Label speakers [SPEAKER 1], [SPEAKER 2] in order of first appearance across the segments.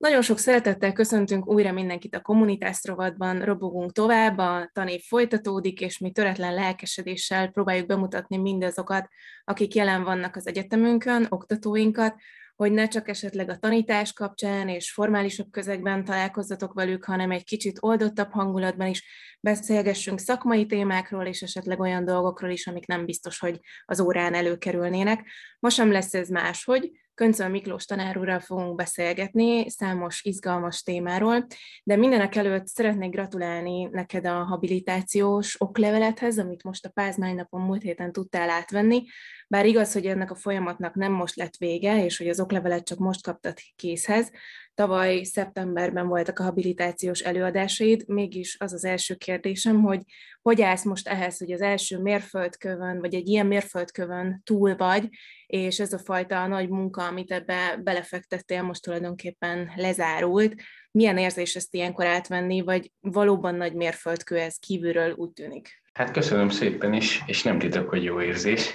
[SPEAKER 1] Nagyon sok szeretettel köszöntünk újra mindenkit a Kommunitás rovatban, robogunk tovább, a tanév folytatódik, és mi töretlen lelkesedéssel próbáljuk bemutatni mindazokat, akik jelen vannak az egyetemünkön, oktatóinkat, hogy ne csak esetleg a tanítás kapcsán és formálisabb közegben találkozzatok velük, hanem egy kicsit oldottabb hangulatban is beszélgessünk szakmai témákról, és esetleg olyan dolgokról is, amik nem biztos, hogy az órán előkerülnének. Ma sem lesz ez máshogy. Köncöl Miklós tanár úrral fogunk beszélgetni számos izgalmas témáról, de mindenek előtt szeretnék gratulálni neked a habilitációs okleveledhez, amit most a Pázmány-napon múlt héten tudtál átvenni, bár igaz, hogy ennek a folyamatnak nem most lett vége, és hogy az oklevelet csak most kaptad készhez. Tavaly szeptemberben voltak a habilitációs előadásaid, mégis az az első kérdésem, hogy állsz most ehhez, hogy az első mérföldkövön, vagy egy ilyen mérföldkövön túl vagy, és ez a fajta nagy munka, amit ebbe belefektettél, most tulajdonképpen lezárult. Milyen érzés ezt ilyenkor átvenni, vagy valóban nagy mérföldkő ez kívülről úgy tűnik?
[SPEAKER 2] Hát köszönöm szépen is, és nem titok, hogy jó érzés.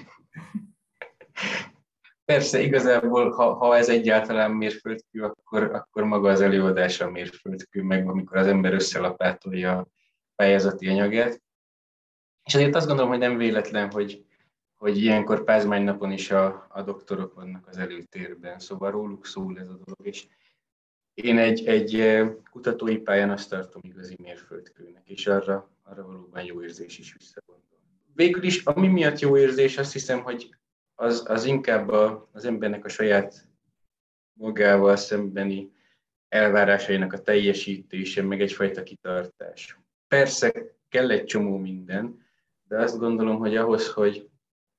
[SPEAKER 2] Persze, igazából, ha ez egyáltalán mérföldkő, akkor maga az előadás a mérföldkő, meg amikor az ember összelapátolja a pályázati anyagát. És azért azt gondolom, hogy nem véletlen, hogy ilyenkor Pázmány-napon is a doktorok vannak az előtérben, szóval róluk szól ez a dolog. És én egy kutatói pályán azt tartom igazi mérföldkőnek, és arra valóban jó érzés is visszagondolni. Végül is, ami miatt jó érzés, azt hiszem, hogy az inkább az embernek a saját magával szembeni elvárásainak a teljesítése, meg egyfajta kitartás. Persze kell egy csomó minden, de azt gondolom, hogy ahhoz, hogy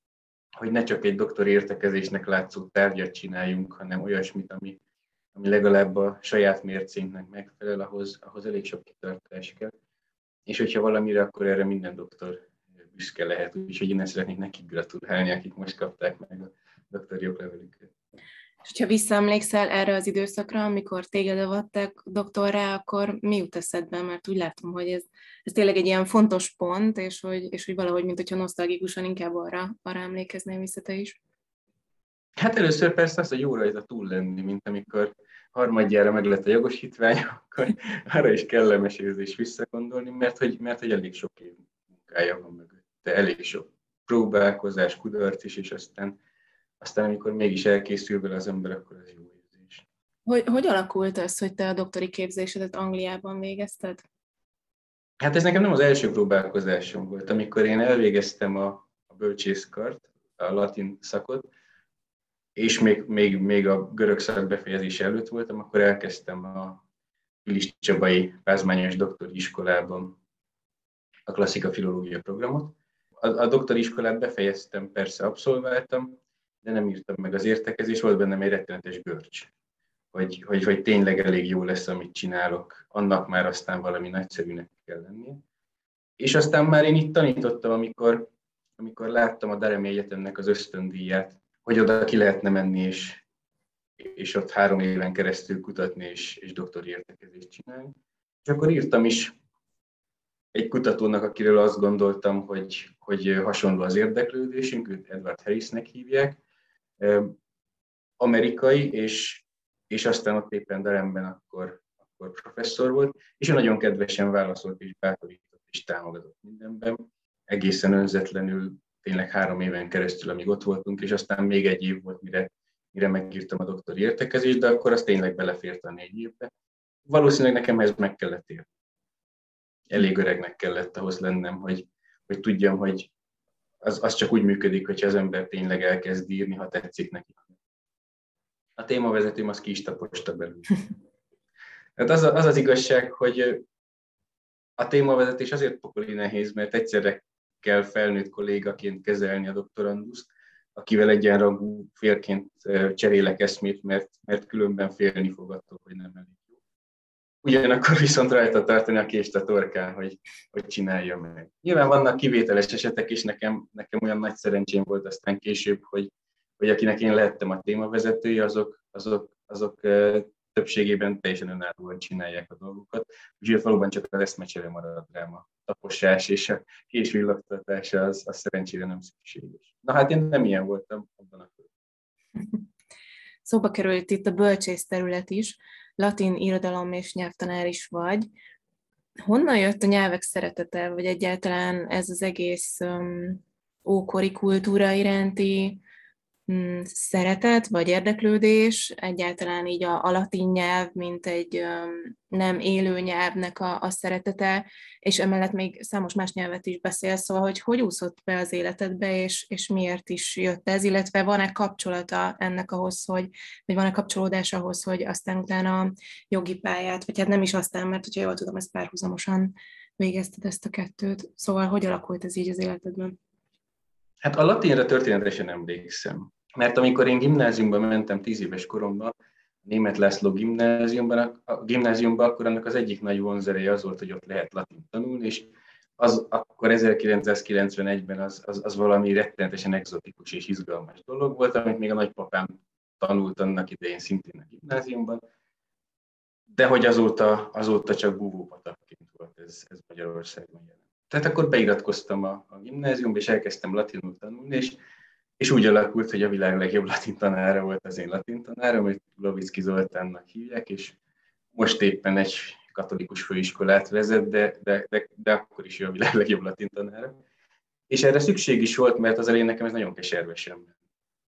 [SPEAKER 2] ne csak egy doktori értekezésnek látszó tárgyat csináljunk, hanem olyasmit, ami legalább a saját mércénknek megfelel, ahhoz elég sok kitartás kell. És hogyha valamire, akkor erre minden doktor büszke lehet. Úgyhogy én szeretnék nekik gratulálni, akik most kapták meg a doktori oklevelüket.
[SPEAKER 1] És ha visszaemlékszel erre az időszakra, amikor téged avattak doktorrá, akkor mi jut eszedbe? Mert úgy látom, hogy ez tényleg egy ilyen fontos pont, és hogy valahogy, mint hogyha nosztalgikusan inkább arra emlékeznél vissza te is.
[SPEAKER 2] Hát először persze az, hogy jó rajta túl lenni, mint amikor harmadjára meg lett a jogosítvány, akkor arra is kellemes érzés visszagondolni, mert hogy elég sok év munkája van mögötte, elég sok próbálkozás, kudarc is, és aztán amikor mégis elkészül vele az ember, akkor ez jó érzés.
[SPEAKER 1] Hogy alakult az, hogy te a doktori képzésedet Angliában végezted?
[SPEAKER 2] Hát ez nekem nem az első próbálkozásom volt. Amikor én elvégeztem a bölcsészkart, a latin szakot, és még a görög szak befejezése előtt voltam, akkor elkezdtem a Pilis-Csabai Pázmányos doktori iskolában a klasszika filológia programot. A doktori iskolát befejeztem, persze abszolváltam, de nem írtam meg az értekezést, volt bennem egy rettenetes görcs, hogy tényleg elég jó lesz, amit csinálok, annak már aztán valami nagyszerűnek kell lennie. És aztán már én itt tanítottam, amikor láttam a Daremi Egyetemnek az ösztöndíját, hogy oda ki lehetne menni, és ott 3 éven keresztül kutatni, és doktori értekezést csinálni. És akkor írtam is egy kutatónak, akiről azt gondoltam, hogy hasonló az érdeklődésünk, őt Edward Harrisnek hívják, amerikai, és aztán ott éppen Daremben akkor professzor volt, és ő nagyon kedvesen válaszolt, és bátorított, és támogatott mindenben, egészen önzetlenül, tényleg 3 éven keresztül, amíg ott voltunk, és aztán még 1 év volt, mire megírtam a doktori értekezést, de akkor az tényleg belefért a 4 évbe. Valószínűleg nekem ez meg kellett érni. Elég öregnek kellett ahhoz lennem, hogy tudjam, hogy az csak úgy működik, hogyha az ember tényleg elkezd írni, ha tetszik neki. A témavezetőm az ki is taposta belül. Hát az igazság, hogy a témavezetés azért pokoli nehéz, mert egyszerre kell felnőtt kollégaként kezelni a doktoranduszt, akivel egyenrangú félként cserélek eszmét, mert különben félni fog attól, hogy nem elég jó. Ugyanakkor viszont rajta tartani a kést a torkán, hogy csinálja meg. Nyilván vannak kivételes esetek, és nekem olyan nagy szerencsém volt aztán később, hogy akinek én lehettem a témavezetője, azok többségében teljesen önállóan csinálják a dolgokat. Úgyhogy valóban csak az eszmecsere marad rám, a taposás és a késvillogtatása az szerencsére nem szükséges. Na hát én nem ilyen voltam abban a körben.
[SPEAKER 1] Szóba került itt a bölcsész terület is. latin irodalom és nyelvtanár is vagy. Honnan jött a nyelvek szeretete, vagy egyáltalán ez az egész ókori kultúra iránti szeretet, vagy érdeklődés, egyáltalán így a latin nyelv, mint egy nem élő nyelvnek a szeretete, és emellett még számos más nyelvet is beszélsz, szóval hogy úszott be az életedbe, és miért is jött ez, illetve van-e kapcsolata ennek ahhoz, vagy van-e kapcsolódás ahhoz, hogy aztán utána a jogi pályát, vagy hát nem is aztán, mert hogyha jól tudom, ezt párhuzamosan végezted ezt a kettőt, szóval hogy alakult ez így az életedben?
[SPEAKER 2] Hát a latinra történetesen emlékszem. Mert amikor én gimnáziumban mentem 10 éves koromban, a Németh László gimnáziumban, akkor annak az egyik nagy vonzereje az volt, hogy ott lehet latin tanulni, és az akkor 1991-ben az valami rettenetesen egzotikus és izgalmas dolog volt, amit még a nagypapám tanult annak idején szintén a gimnáziumban, de hogy azóta csak búvópatakként volt ez Magyarországon jelen. Tehát akkor beiratkoztam a gimnáziumba, és elkezdtem latinul tanulni, és úgy alakult, hogy a világ legjobb latin tanára volt az én latin tanárom, hogy Lovicki Zoltánnak hívják, és most éppen egy katolikus főiskolát vezet, de akkor is ő a világ legjobb latin tanára. És erre szükség is volt, mert az elején nekem ez nagyon keservesen ment.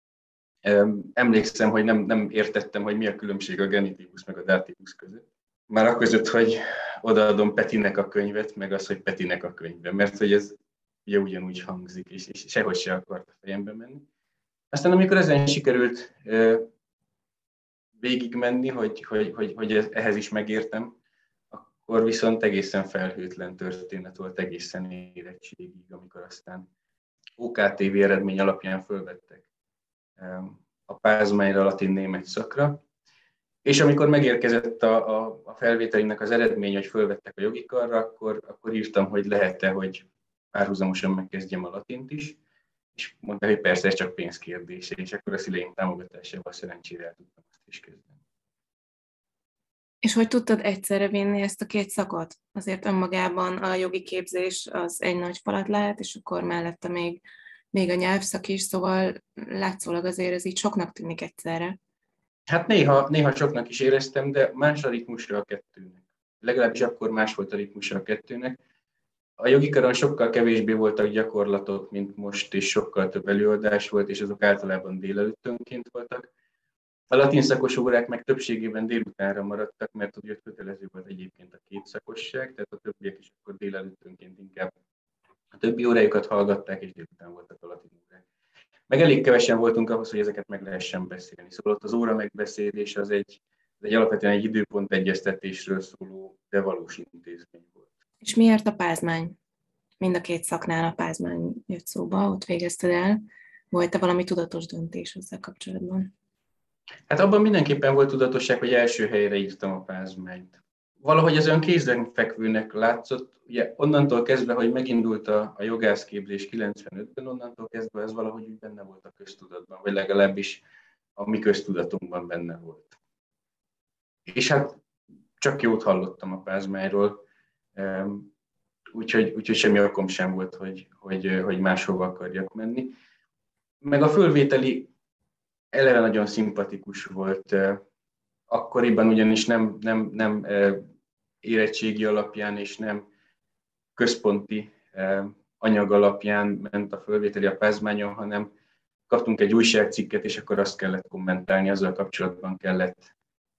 [SPEAKER 2] Emlékszem, hogy nem értettem, hogy mi a különbség a genitívus meg a dátívus között. Már a között, hogy odaadom Petinek a könyvet, meg az, hogy Petinek a könyve, mert hogy ez ugye ugyanúgy hangzik, és sehogy se akart a fejembe menni. Aztán amikor ezen sikerült végigmenni, hogy ehhez is megértem, akkor viszont egészen felhőtlen történet volt egészen érettségig, amikor aztán OKTV eredmény alapján fölvettek a Pázmányra, latin-német szakra, és amikor megérkezett a felvételimnek az eredmény, hogy fölvettek a jogi karra, akkor írtam, hogy lehet-e, hogy párhuzamosan megkezdjem a latint is, és mondta, hogy persze, ez csak pénzkérdése, és akkor a szüleim támogatásával szerencsére el tudtam azt is kezdeni.
[SPEAKER 1] És hogy tudtad egyszerre vinni ezt a két szakot? Azért önmagában a jogi képzés az egy nagy falat lehet, és akkor mellette még a nyelvszak is, szóval látszólag azért ez így soknak tűnik egyszerre.
[SPEAKER 2] Hát néha soknak is éreztem, de más a ritmusra a kettőnek. Legalábbis akkor más volt a ritmusra a kettőnek. A jogi karon sokkal kevésbé voltak gyakorlatok, mint most, és sokkal több előadás volt, és azok általában délelőttönként voltak. A latin szakos órák meg többségében délutánra maradtak, mert ugye kötelező volt egyébként a két szakosság, tehát a többiek is akkor délelőttönként inkább a többi órájukat hallgatták, és délután voltak a latin órák. Meg elég kevesen voltunk ahhoz, hogy ezeket meg lehessen beszélni. Szóval ott az óra megbeszélés az egy alapvetően egy időpont egyeztetésről szóló, de valós intézmény volt.
[SPEAKER 1] És miért a pázmány? Mind a két szaknál a pázmány jött szóba, ott végezted el. Volt-e valami tudatos döntés ezzel kapcsolatban?
[SPEAKER 2] Hát abban mindenképpen volt tudatosság, hogy első helyre írtam a pázmányt. Valahogy az olyan kézenfekvőnek látszott, ugye onnantól kezdve, hogy megindult a jogászképzés 95-ben, onnantól kezdve ez valahogy úgy benne volt a köztudatban, vagy legalábbis a mi köztudatunkban benne volt. És hát csak jót hallottam a pázmányról, úgyhogy semmi okom sem volt, hogy máshova akarjak menni. Meg a fölvételi eleve nagyon szimpatikus volt. Akkoriban ugyanis nem érettségi alapján és nem központi anyag alapján ment a fölvételi a pázmányon, hanem kaptunk egy újságcikket, és akkor azt kellett kommentálni, azzal kapcsolatban kellett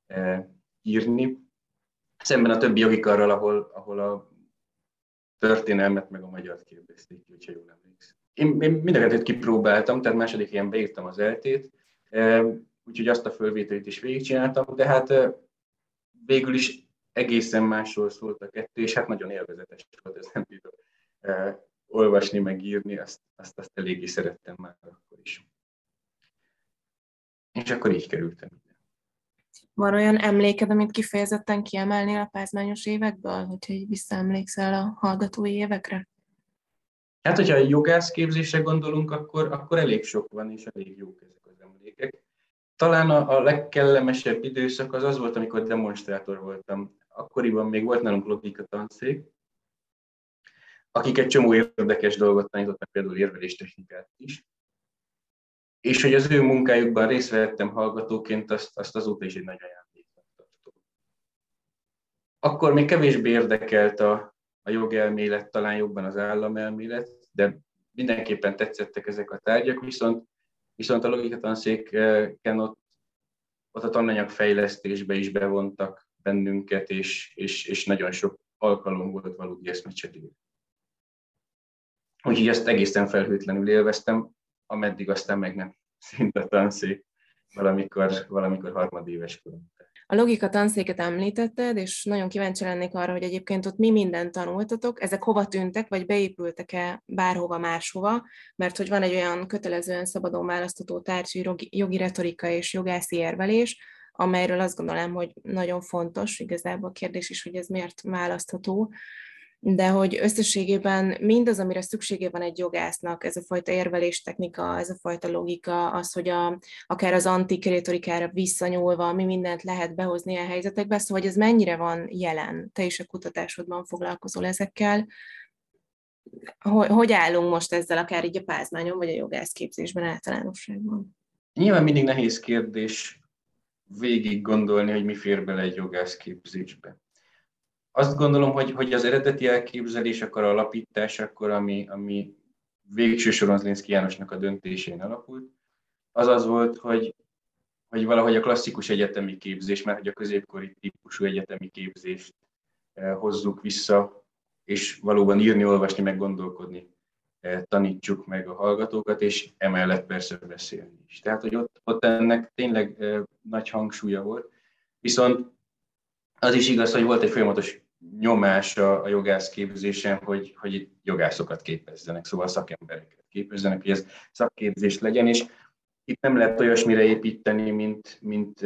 [SPEAKER 2] írni. Szemben a többi jogi karral, ahol a történelmet meg a magyart kérdezték, hogyha jól emlékszem. Én mind a kettőt kipróbáltam, tehát második ilyen beírtam az eltét, úgyhogy azt a fölvételit is végigcsináltam, de hát végül is egészen másról szólt a kettő, és hát nagyon élvezetes volt, ezt nem tudom olvasni, meg írni, azt eléggé szerettem már akkor is. És akkor így kerültem.
[SPEAKER 1] Van olyan emléked, amit kifejezetten kiemelnél a pázmányos évekből, hogyha így visszaemlékszel a hallgatói évekre?
[SPEAKER 2] Hát, hogyha a jogászképzésre gondolunk, akkor elég sok van, és elég jók ezek az emlékek. Talán a legkellemesebb időszak az volt, amikor demonstrátor voltam. Akkoriban még volt nálunk logika tanszék, akik egy csomó érdekes dolgot tanítottak, például érveléstechnikát is. És hogy az ő munkájukban részt vettem hallgatóként, azt azóta is egy nagy ajándéknak tartom. Akkor még kevésbé érdekelt a jogelmélet, talán jobban az államelmélet, de mindenképpen tetszettek ezek a tárgyak, viszont a logikatanszéken ott a tananyag fejlesztésbe is bevontak bennünket, és nagyon sok alkalom volt valódi eszmecserére. Úgyhogy ezt egészen felhőtlenül élveztem, ameddig aztán meg nem szint a tanszék valamikor harmadéves koromban.
[SPEAKER 1] A logika tanszéket említetted, és nagyon kíváncsi lennék arra, hogy egyébként ott mi mindent tanultatok, ezek hova tűntek, vagy beépültek-e bárhova máshova, mert hogy van egy olyan kötelezően szabadon választható tárgy, jogi retorika és jogászi érvelés, amelyről azt gondolom, hogy nagyon fontos, igazából a kérdés is, hogy ez miért választható, de hogy összességében mindaz, amire szüksége van egy jogásznak, ez a fajta érveléstechnika, ez a fajta logika, az, hogy akár az antik retorikára visszanyúlva, mi mindent lehet behozni a helyzetekbe, szóval hogy ez mennyire van jelen? Te is a kutatásodban foglalkozol ezekkel. Hogy állunk most ezzel, akár így a pázmányon, vagy a jogászképzésben általánosságban?
[SPEAKER 2] Nyilván mindig nehéz kérdés végig gondolni, hogy mi fér bele egy jogászképzésbe. Azt gondolom, hogy az eredeti elképzelés, akkor a alapítás, akkor ami végső soron Zlinszky Jánosnak a döntésén alapult, az volt, hogy valahogy a klasszikus egyetemi képzés, mert hogy a középkori típusú egyetemi képzést hozzuk vissza, és valóban írni, olvasni, meg gondolkodni tanítsuk meg a hallgatókat, és emellett persze beszélni is. Tehát, hogy ott ennek tényleg nagy hangsúlya volt. Viszont az is igaz, hogy volt egy folyamatos nyomás a jogászképzésen, hogy jogászokat képezzenek, szóval szakembereket képezzenek, hogy ez szakképzés legyen, és itt nem lehet olyasmire építeni, mint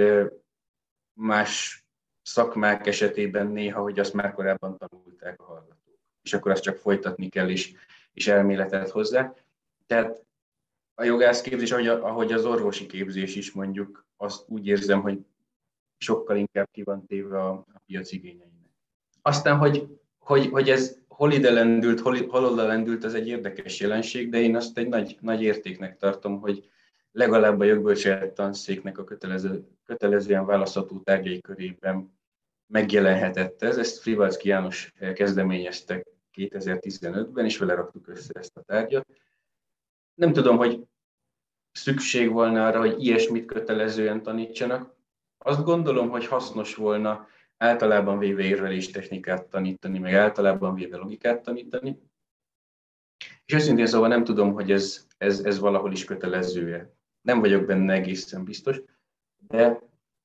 [SPEAKER 2] más szakmák esetében néha, hogy azt már korábban tanulták a hallgatók. És akkor azt csak folytatni kell, és elméletet hozzá. Tehát a jogászképzés, ahogy az orvosi képzés is mondjuk, azt úgy érzem, hogy sokkal inkább ki van téve a piac igényeinek. Aztán, hogy ez hol ide lendült, hol oda lendült, az egy érdekes jelenség, de én azt egy nagy értéknek tartom, hogy legalább a jogbölcsélet tanszéknek a kötelezően választható tárgyai körében megjelenhetett ez. Ezt Frivalczky János kezdeményezte 2015-ben, és vele raktuk össze ezt a tárgyat. Nem tudom, hogy szükség volna arra, hogy ilyesmit kötelezően tanítsanak. Azt gondolom, hogy hasznos volna általában véve érveléstechnikát tanítani, meg általában véve logikát tanítani. És őszintén szóval nem tudom, hogy ez valahol is kötelező-e. Nem vagyok benne egészen biztos, de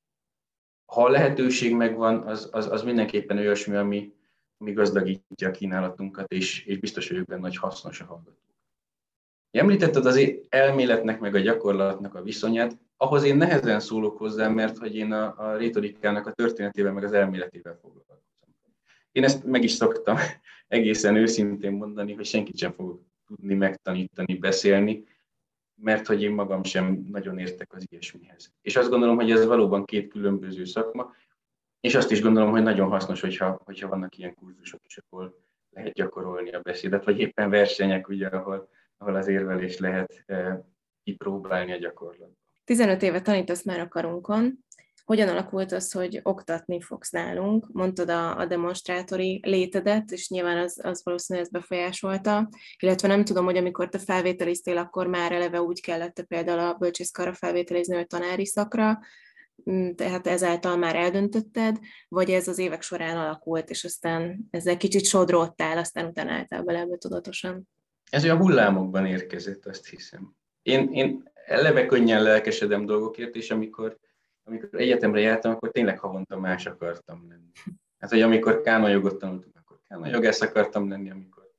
[SPEAKER 2] ha a lehetőség megvan, az mindenképpen olyasmi, ami gazdagítja a kínálatunkat, és biztos vagyok benne, hogy hasznos a hallgató. Említetted az elméletnek meg a gyakorlatnak a viszonyát, ahhoz én nehezen szólok hozzá, mert hogy én a rétorikának a történetével meg az elméletével foglalkozom. Én ezt meg is szoktam egészen őszintén mondani, hogy senkit sem fogok tudni megtanítani, beszélni, mert hogy én magam sem nagyon értek az ilyesmihez. És azt gondolom, hogy ez valóban két különböző szakma, és azt is gondolom, hogy nagyon hasznos, hogyha vannak ilyen kurzusok is, ahol lehet gyakorolni a beszédet, vagy éppen versenyek, ugye, ahol az érvelést lehet kipróbálni a gyakorlatban.
[SPEAKER 1] 15 éve tanítasz már a karunkon. Hogyan alakult az, hogy oktatni fogsz nálunk? Mondtad a demonstrátori létedet, és nyilván az valószínűleg ezt befolyásolta, illetve nem tudom, hogy amikor te felvételiztél, akkor már eleve úgy kellett például a bölcsészkarra felvételizni, hogy tanári szakra, tehát ezáltal már eldöntötted, vagy ez az évek során alakult, és aztán ezzel kicsit sodródtál, aztán utána álltál bele ebbe tudatosan?
[SPEAKER 2] Ez olyan hullámokban érkezett, azt hiszem. Én eleve könnyen lelkesedem dolgokért, és amikor egyetemre jártam, akkor tényleg havonta más akartam lenni. Hát, hogy amikor kánonjogot tanultam, akkor kánonjogász akartam lenni,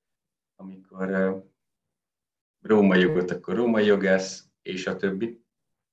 [SPEAKER 2] amikor római jogot, akkor római jogász, és a többi.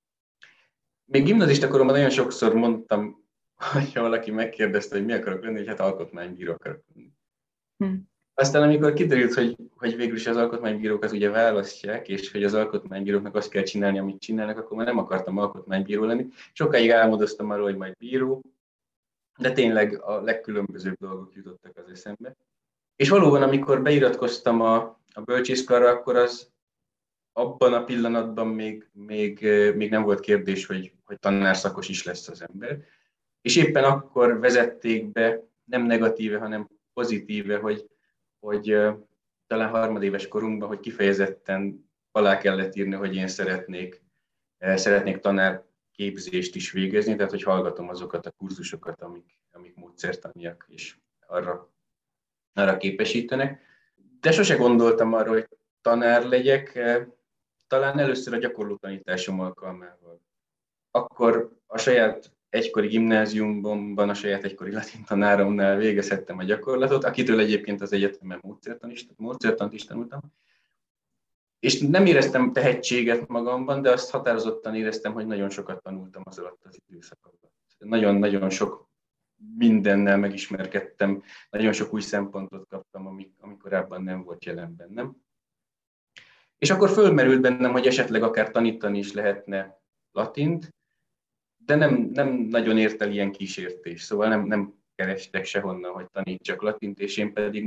[SPEAKER 2] Még gimnazista koromban nagyon sokszor mondtam, hogyha valaki megkérdezte, hogy mi akarok lenni, hogy hát alkotmánybíró akarok lenni. Aztán amikor kiderült, hogy végül is az alkotmánybírókat ugye választják, és hogy az alkotmánybíróknak azt kell csinálni, amit csinálnak, akkor már nem akartam alkotmánybíró lenni. Sokáig álmodoztam arról, hogy majd bíró, de tényleg a legkülönbözőbb dolgok jutottak az eszembe. És valóban, amikor beiratkoztam a bölcsészkarra, akkor az abban a pillanatban még nem volt kérdés, hogy tanárszakos is lesz az ember. És éppen akkor vezették be nem negatíve, hanem pozitíve, hogy talán harmadéves korunkban, hogy kifejezetten alá kellett írni, hogy én szeretnék tanárképzést is végezni, tehát hogy hallgatom azokat a kurzusokat, amik módszertaniak és arra képesítenek. De sose gondoltam arra, hogy tanár legyek, talán először a gyakorló tanításom alkalmával. Akkor a saját egykori gimnáziumban, a saját egykori latin tanáromnál végezhettem a gyakorlatot, akitől egyébként az egyetemen módszertant is tanultam. És nem éreztem tehetséget magamban, de azt határozottan éreztem, hogy nagyon sokat tanultam az alatt az időszak alatt. Nagyon-nagyon sok mindennel megismerkedtem, nagyon sok új szempontot kaptam, ami korábban nem volt jelen bennem. És akkor fölmerült bennem, hogy esetleg akár tanítani is lehetne latint, de nem nagyon ért el ilyen kísértés. Szóval nem kerestek sehonnan, hogy tanítsak latint, és én pedig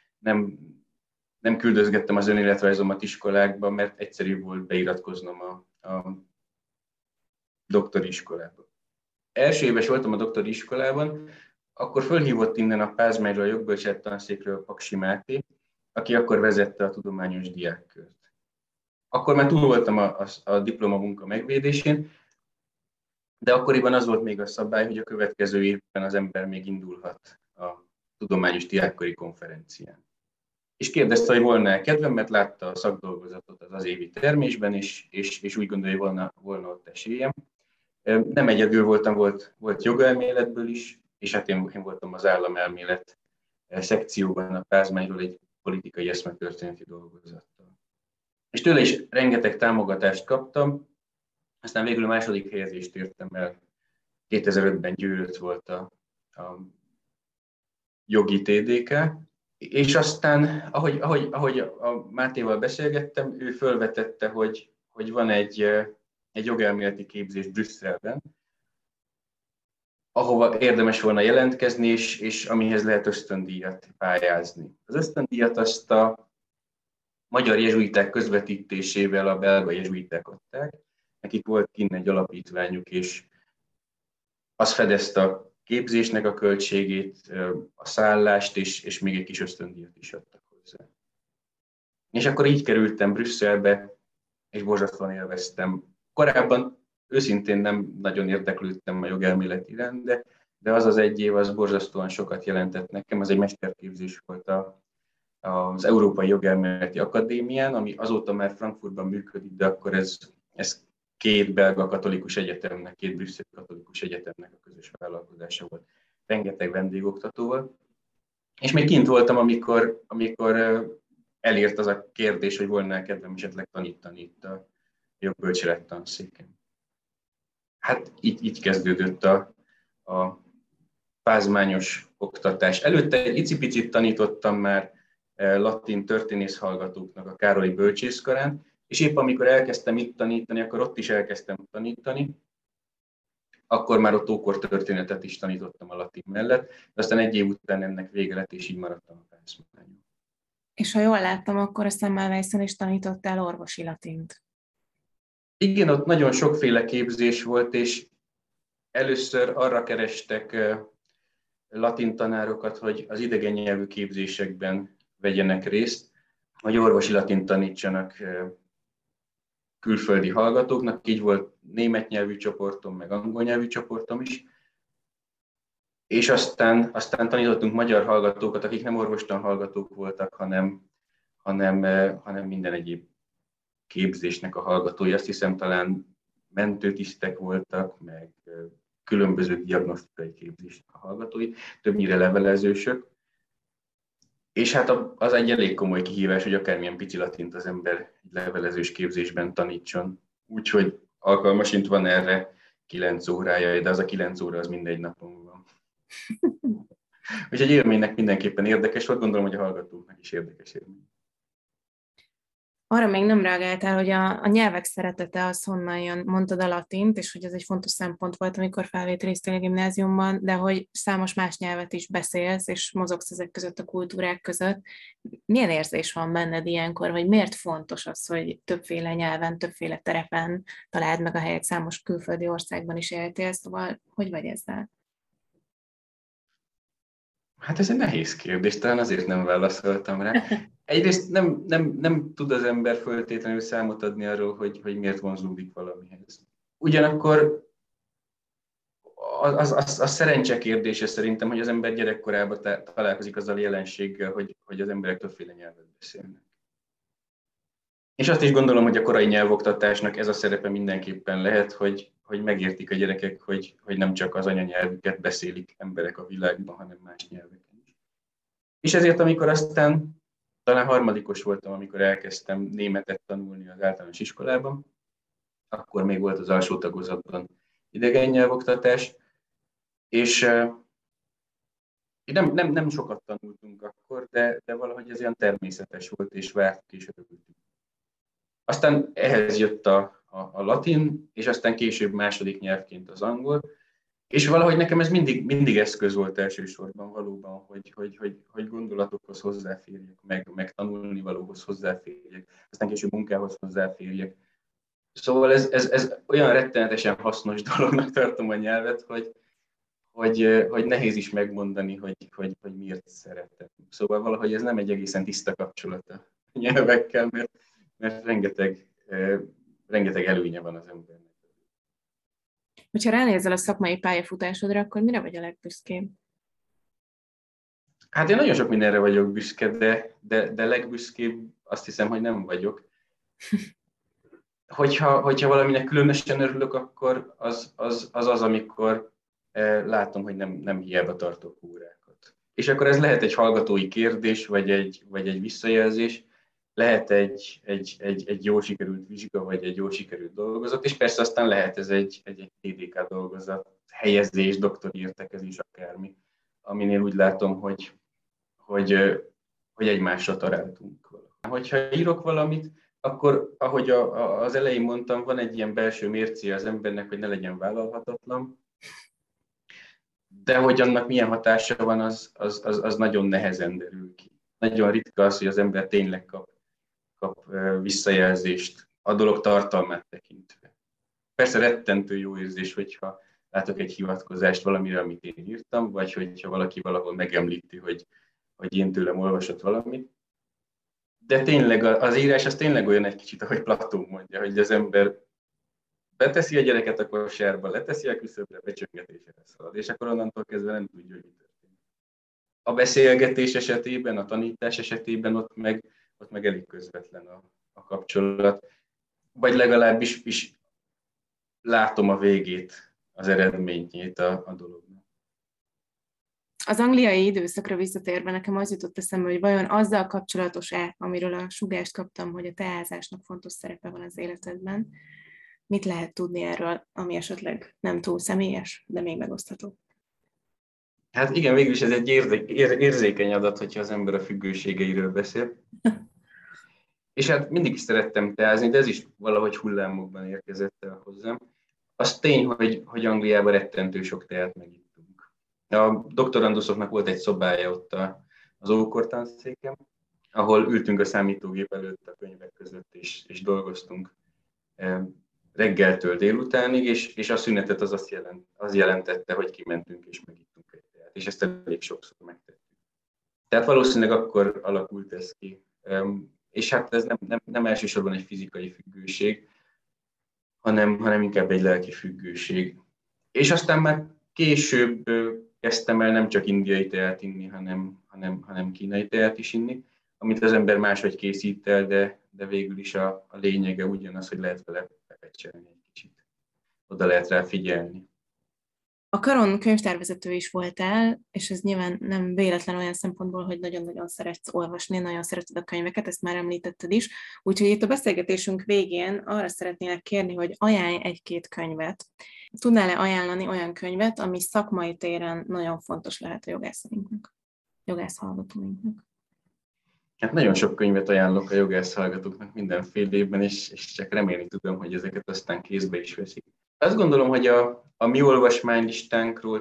[SPEAKER 2] nem küldözgettem az önéletrajzomat iskolákba, mert egyszerű volt beiratkoznom a doktori iskolába. Első éves voltam a doktori iskolában, akkor fölhívott innen a Pázmányról, a jogbölcselet tanszékről Paksi Máté, aki akkor vezette a tudományos diákkört. Akkor már túl voltam a diplomamunka megvédésén, de akkoriban az volt még a szabály, hogy a következő évben az ember még indulhat a tudományos diákkori konferencián. És kérdezte, hogy volna-e kedvem, mert látta a szakdolgozatot az évi termésben, és úgy gondolja, hogy volna ott esélyem. Nem egyedül voltam, volt jogelméletből is, és hát én voltam az államelmélet szekcióban a Pázmányról egy politikai eszmetörténeti dolgozattal. És tőle is rengeteg támogatást kaptam, aztán végül a második helyezést értem el. 2005-ben Győrött volt a jogi TDK, és aztán, ahogy a Mátéval beszélgettem, ő felvetette, hogy van egy jogelméleti képzés Brüsszelben, ahova érdemes volna jelentkezni, és amihez lehet ösztöndíjat pályázni. Az ösztöndíjat azt a magyar jezsuiták közvetítésével a belga jezsuiták adták. Nekik volt kint egy alapítványuk, és az fedezte a képzésnek a költségét, a szállást, és még egy kis ösztöndíjat is adtak hozzá. És akkor így kerültem Brüsszelbe, és borzasztóan élveztem. Korábban őszintén nem nagyon érdeklődtem a jogelmélet iránt, de az egy év az borzasztóan sokat jelentett nekem. Az egy mesterképzés volt az Európai Jogelméleti Akadémián, ami azóta már Frankfurtban működik, de akkor ez két belga katolikus egyetemnek, két brüsszeli katolikus egyetemnek a közös vállalkozása volt. Rengeteg vendégoktatóval. És még kint voltam, amikor elért az a kérdés, hogy volna kedvem esetleg tanítani itt a jogbölcselet tanszéken. Hát így kezdődött a pázmányos oktatás. Előtte egy icipicit tanítottam már latin történész hallgatóknak a Károlyi Bölcsészkarán, és épp amikor elkezdtem itt tanítani, akkor ott is elkezdtem tanítani, akkor már ott ókortörténetet is tanítottam a latin mellett, de aztán egy év után ennek vége lett, és így maradtam a Pázmányon.
[SPEAKER 1] És ha jól láttam, akkor a Semmelweisen is tanítottál orvosi latint.
[SPEAKER 2] Igen, ott nagyon sokféle képzés volt, és először arra kerestek latin tanárokat, hogy az idegen nyelvű képzésekben vegyenek részt, hogy orvosi latin tanítsanak külföldi hallgatóknak, így volt német nyelvű csoportom, meg angol nyelvű csoportom is. És aztán tanítottunk magyar hallgatókat, akik nem orvostan hallgatók voltak, hanem minden egyéb képzésnek a hallgatói. Azt hiszem, talán mentőtisztek voltak, meg különböző diagnosztikai képzésnek a hallgatói, többnyire levelezősök. És hát az egy elég komoly kihívás, hogy akármilyen pici latint az ember egy levelezős képzésben tanítson. Úgyhogy alkalmasint van erre 9 órája, de az a 9 óra az mindegy napon van. Úgyhogy élménynek mindenképpen érdekes volt, gondolom, hogy a hallgatóknak is érdekes élmény.
[SPEAKER 1] Arra még nem reagáltál, hogy a nyelvek szeretete az honnan jön, mondtad a latint, és hogy ez egy fontos szempont volt, amikor felvételiztél a gimnáziumban, de hogy számos más nyelvet is beszélsz, és mozogsz ezek között a kultúrák között. Milyen érzés van benned ilyenkor, vagy miért fontos az, hogy többféle nyelven, többféle terepen találd meg a helyet, számos külföldi országban is éltél, szóval hogy vagy ezzel?
[SPEAKER 2] Hát ez egy nehéz kérdés, talán azért nem válaszoltam rá. Egyrészt nem tud az ember föltétlenül számot adni arról, hogy miért vonzódik valamihez. Ugyanakkor az szerencse kérdése szerintem, hogy az ember gyerekkorában találkozik azzal a jelenséggel, hogy az emberek többféle nyelvet beszélnek. És azt is gondolom, hogy a korai nyelvoktatásnak ez a szerepe mindenképpen lehet, hogy megértik a gyerekek, hogy nem csak az anyanyelvüket beszélik emberek a világban, hanem más nyelveken is. És ezért, amikor aztán talán harmadikos voltam, amikor elkezdtem németet tanulni az általános iskolában, akkor még volt az alsó tagozatban idegen nyelvoktatás, és nem sokat tanultunk akkor, de valahogy ez olyan természetes volt, és vártuk és örültünk. Aztán ehhez jött a latin, és aztán később második nyelvként az angol, és valahogy nekem ez mindig eszköz volt elsősorban valóban, hogy gondolatokhoz hozzáférjek, meg tanulni valóhoz hozzáférjek, aztán később munkához hozzáférjek. Szóval ez olyan rettenetesen hasznos dolognak tartom a nyelvet, hogy nehéz is megmondani, hogy miért szeretem. Szóval valahogy ez nem egy egészen tiszta kapcsolat a nyelvekkel, mert rengeteg előnye van az embernek.
[SPEAKER 1] Hogyha ránézel a szakmai pályafutásodra, akkor mire vagy a legbüszkébb?
[SPEAKER 2] Hát én nagyon sok mindenre vagyok büszke, de legbüszkébb azt hiszem, hogy nem vagyok. Hogyha valaminek különösen örülök, akkor az, amikor látom, hogy nem hiába tartok órákat. És akkor ez lehet egy hallgatói kérdés, vagy egy visszajelzés, lehet egy jól sikerült vizsga, vagy egy jól sikerült dolgozat, és persze aztán lehet ez egy TDK dolgozat, helyezés, doktori értekezés, akármi, aminél úgy látom, hogy egymásra találtunk. Hogyha írok valamit, akkor, ahogy az elején mondtam, van egy ilyen belső mércéje az embernek, hogy ne legyen vállalhatatlan, de hogy annak milyen hatása van, az nagyon nehezen derül ki. Nagyon ritka az, hogy az ember tényleg kap visszajelzést a dolog tartalmát tekintve. Persze rettentő jó érzés, hogyha látok egy hivatkozást valamire, amit én írtam, vagy hogyha valaki valahol megemlíti, hogy én tőlem olvasott valamit. De tényleg az írás az tényleg olyan egy kicsit, ahogy Platón mondja, hogy az ember beteszi a gyereket a kosárba, leteszi a küszöbre, becsöngetésre szalad, és akkor onnantól kezdve nem tudja, hogy mi történik. A beszélgetés esetében, a tanítás esetében ott meg elég közvetlen a kapcsolat, vagy legalábbis látom a végét, az eredményét a dolognak.
[SPEAKER 1] Az angliai időszakra visszatérve nekem az jutott eszembe, hogy vajon azzal kapcsolatos-e, amiről a sugást kaptam, hogy a teázásnak fontos szerepe van az életedben, mit lehet tudni erről, ami esetleg nem túl személyes, de még megosztható?
[SPEAKER 2] Hát igen, végülis ez egy érzékeny adat, hogyha az ember a függőségeiről beszél. És hát mindig is szerettem teázni, de ez is valahogy hullámokban érkezett el hozzám. Az tény, hogy Angliában rettentő sok teát megittunk. A doktoranduszoknak volt egy szobája ott az ókortanszéken, ahol ültünk a számítógép előtt a könyvek között, és dolgoztunk reggeltől délutánig, és a szünetet az jelentette, hogy kimentünk és megittunk egy teát. És ezt elég sokszor megtettük. Tehát valószínűleg akkor alakult ez ki. És hát ez nem elsősorban egy fizikai függőség, hanem inkább egy lelki függőség. És aztán már később kezdtem el nem csak indiai teát inni, hanem kínai teát is inni, amit az ember máshogy készít el, de végül is a lényege ugyanaz, hogy lehet vele pepecselni egy kicsit. Oda lehet rá figyelni.
[SPEAKER 1] A Karon könyvtárvezető is voltál, és ez nyilván nem véletlen olyan szempontból, hogy nagyon-nagyon szeretsz olvasni, nagyon szereted a könyveket, ezt már említetted is. Úgyhogy itt a beszélgetésünk végén arra szeretnélek kérni, hogy ajánlj egy-két könyvet. Tudnál-e ajánlani olyan könyvet, ami szakmai téren nagyon fontos lehet a jogászainknak, jogászhallgatóinknak?
[SPEAKER 2] Hát nagyon sok könyvet ajánlok a jogászhallgatóknak mindenféle évben, és csak remélni tudom, hogy ezeket aztán kézbe is veszik. Azt gondolom, hogy a mi olvasmánylistánkról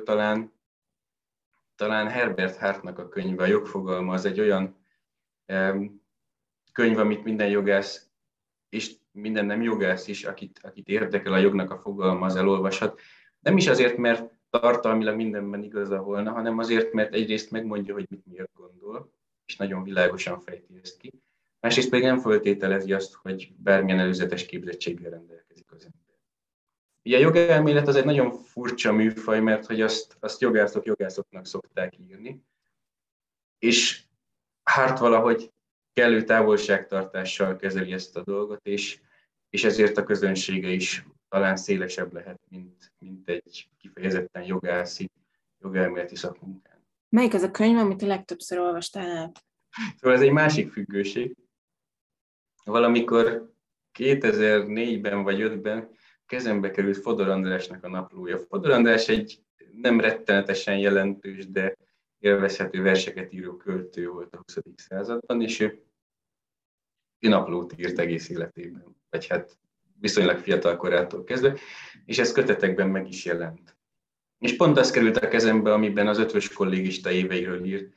[SPEAKER 2] talán Herbert Hartnak a könyve, a jogfogalma, az egy olyan könyv, amit minden jogász, és minden nem jogász is, akit érdekel a jognak a fogalma, az elolvashat. Nem is azért, mert tartalmilag mindenben igaza volna, hanem azért, mert egyrészt megmondja, hogy mit miért gondol, és nagyon világosan fejti ezt ki. Másrészt pedig nem föltételezi azt, hogy bármilyen előzetes képzettséggel rendelkezik az ember. Ugye a jogelmélet az egy nagyon furcsa műfaj, mert hogy azt jogászoknak szokták írni, és Hart valahogy kellő távolságtartással kezeli ezt a dolgot, és ezért a közönsége is talán szélesebb lehet, mint egy kifejezetten jogelméleti szakmunkán.
[SPEAKER 1] Melyik az a könyv, amit a legtöbbször olvastál el?
[SPEAKER 2] Szóval ez egy másik függőség. Valamikor 2004-ben vagy 2005-ben kezembe került Fodor Andrásnak a naplója. Fodor András egy nem rettenetesen jelentős, de élvezhető verseket író költő volt a 20. században, és ő naplót írt egész életében, vagy hát viszonylag fiatal korától kezdve, és ez kötetekben meg is jelent. És pont az került a kezembe, amiben az ötvös kollégista éveiről ír,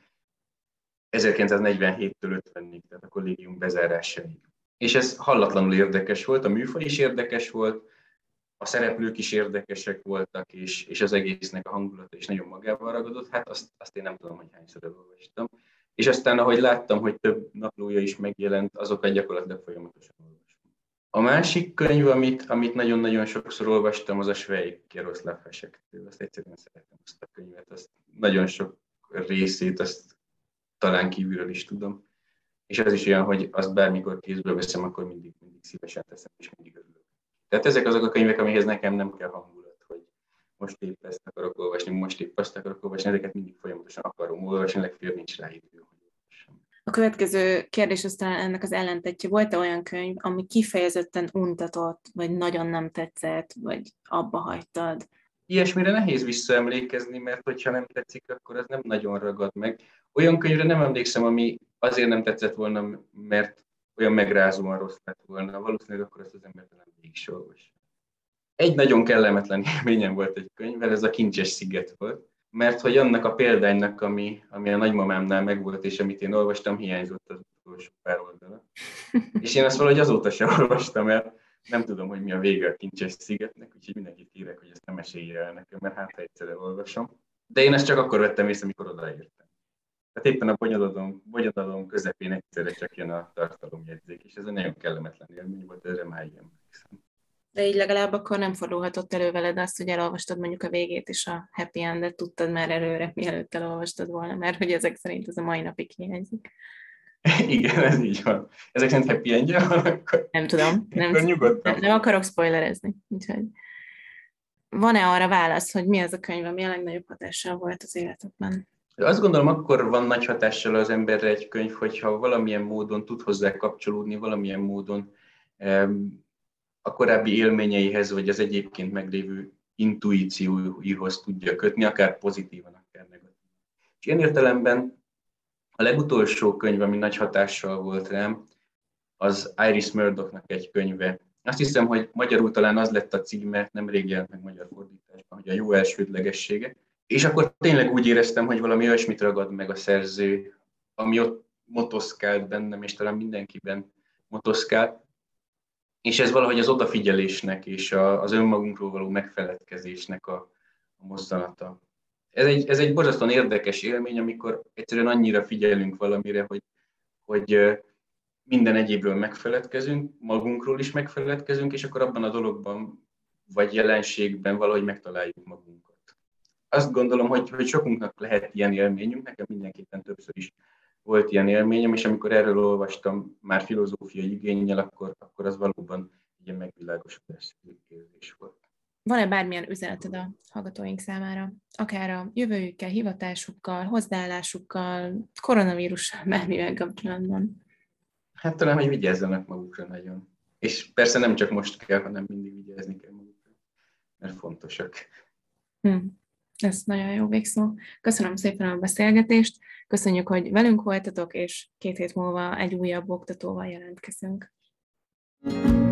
[SPEAKER 2] 1947-től 50-ig, tehát a kollégium bezárásáig. És ez hallatlanul érdekes volt, a műfaj is érdekes volt, a szereplők is érdekesek voltak, és az egésznek a hangulata is nagyon magával ragadott, hát azt én nem tudom, hogy hányszor elolvastam. És aztán, ahogy láttam, hogy több naplója is megjelent, azokat gyakorlatilag folyamatosan olvastam. A másik könyv, amit nagyon-nagyon sokszor olvastam, az a Sveig Jaroszláv Hasektől. Azt egyszerűen szeretem azt a könyvet, azt nagyon sok részét, azt talán kívülről is tudom. És az is olyan, hogy azt bármikor kézből veszem, akkor mindig szívesen teszem, és mindig örülök. Tehát ezek azok a könyvek, amihez nekem nem kell hangulat, hogy most épp ezt akarok olvasni, most épp azt akarok olvasni, ezeket mindig folyamatosan akarom olvasni, legfeljebb nincs rá idő, hogy olvassam.
[SPEAKER 1] A következő kérdés aztán ennek az ellentetje. Volt-e olyan könyv, ami kifejezetten untatott, vagy nagyon nem tetszett, vagy abba hagytad?
[SPEAKER 2] Ilyesmire nehéz visszaemlékezni, mert hogyha nem tetszik, akkor az nem nagyon ragad meg. Olyan könyvre nem emlékszem, ami azért nem tetszett volna, mert olyan megrázóan rossz lett volna. Valószínűleg akkor azt az ember nem végig is olvassa. Egy nagyon kellemetlen élményem volt egy könyvvel, ez a Kincses sziget volt, mert hogy annak a példánynak, ami a nagymamámnál megvolt, és amit én olvastam, hiányzott az utolsó pár oldala. És én azt valahogy azóta sem olvastam el, nem tudom, hogy mi a vége a Kincses szigetnek, úgyhogy mindenkit kérek, hogy ezt nem mesélje el nekem, mert hát egyszer elolvasom. De én ezt csak akkor vettem észre, amikor odaértem. Tehát éppen a bonyodalom közepén egyszerre csak jön a tartalomjegyzék, és ez egy nagyon kellemetlen élmény volt, erre máig emlékszem.
[SPEAKER 1] De így legalább akkor nem fordulhatott elő veled azt, hogy elolvastad mondjuk a végét, és a happy endet tudtad már előre, mielőtt elolvastad volna, mert hogy ezek szerint ez a mai napig hiányzik.
[SPEAKER 2] Igen, ez így van. Ezek szerint happy endje van, akkor...
[SPEAKER 1] Nem tudom. Nem akarok spoilerezni. Úgyhogy van-e arra válasz, hogy mi az a könyv, ami a legnagyobb hatással volt az életedben?
[SPEAKER 2] Azt gondolom, akkor van nagy hatással az emberre egy könyv, hogyha valamilyen módon tud hozzá kapcsolódni, valamilyen módon a korábbi élményeihez, vagy az egyébként meglévő intuícióihoz tudja kötni, akár pozitívan, akár negatívan. És ilyen értelemben a legutolsó könyv, ami nagy hatással volt rám, az Iris Murdochnak egy könyve. Azt hiszem, hogy magyarul talán az lett a címe, nemrég jelent meg magyar fordításban, hogy a jó elsődlegessége. És akkor tényleg úgy éreztem, hogy valami olyasmit ragad meg a szerző, ami ott motoszkált bennem, és talán mindenkiben motoszkált. És ez valahogy az odafigyelésnek és az önmagunkról való megfeledkezésnek a mozzanata. Ez egy borzasztóan érdekes élmény, amikor egyszerűen annyira figyelünk valamire, hogy minden egyébről megfeledkezünk, magunkról is megfeledkezünk, és akkor abban a dologban vagy jelenségben valahogy megtaláljuk magunkat. Azt gondolom, hogy sokunknak lehet ilyen élményünk, nekem mindenképpen többször is volt ilyen élményem, és amikor erről olvastam már filozófiai igénnyel, akkor az valóban ilyen megvilágosodás érzés volt.
[SPEAKER 1] Van-e bármilyen üzeneted a hallgatóink számára? Akár a jövőjükkel, hivatásukkal, hozzáállásukkal, koronavírussal, bármivel kapcsolatban?
[SPEAKER 2] Hát talán, hogy vigyázzanak magukra nagyon. És persze nem csak most kell, hanem mindig vigyázni kell magukra, mert fontosak.
[SPEAKER 1] Ez nagyon jó végszó. Köszönöm szépen a beszélgetést, köszönjük, hogy velünk voltatok, és 2 hét múlva egy újabb oktatóval jelentkezünk.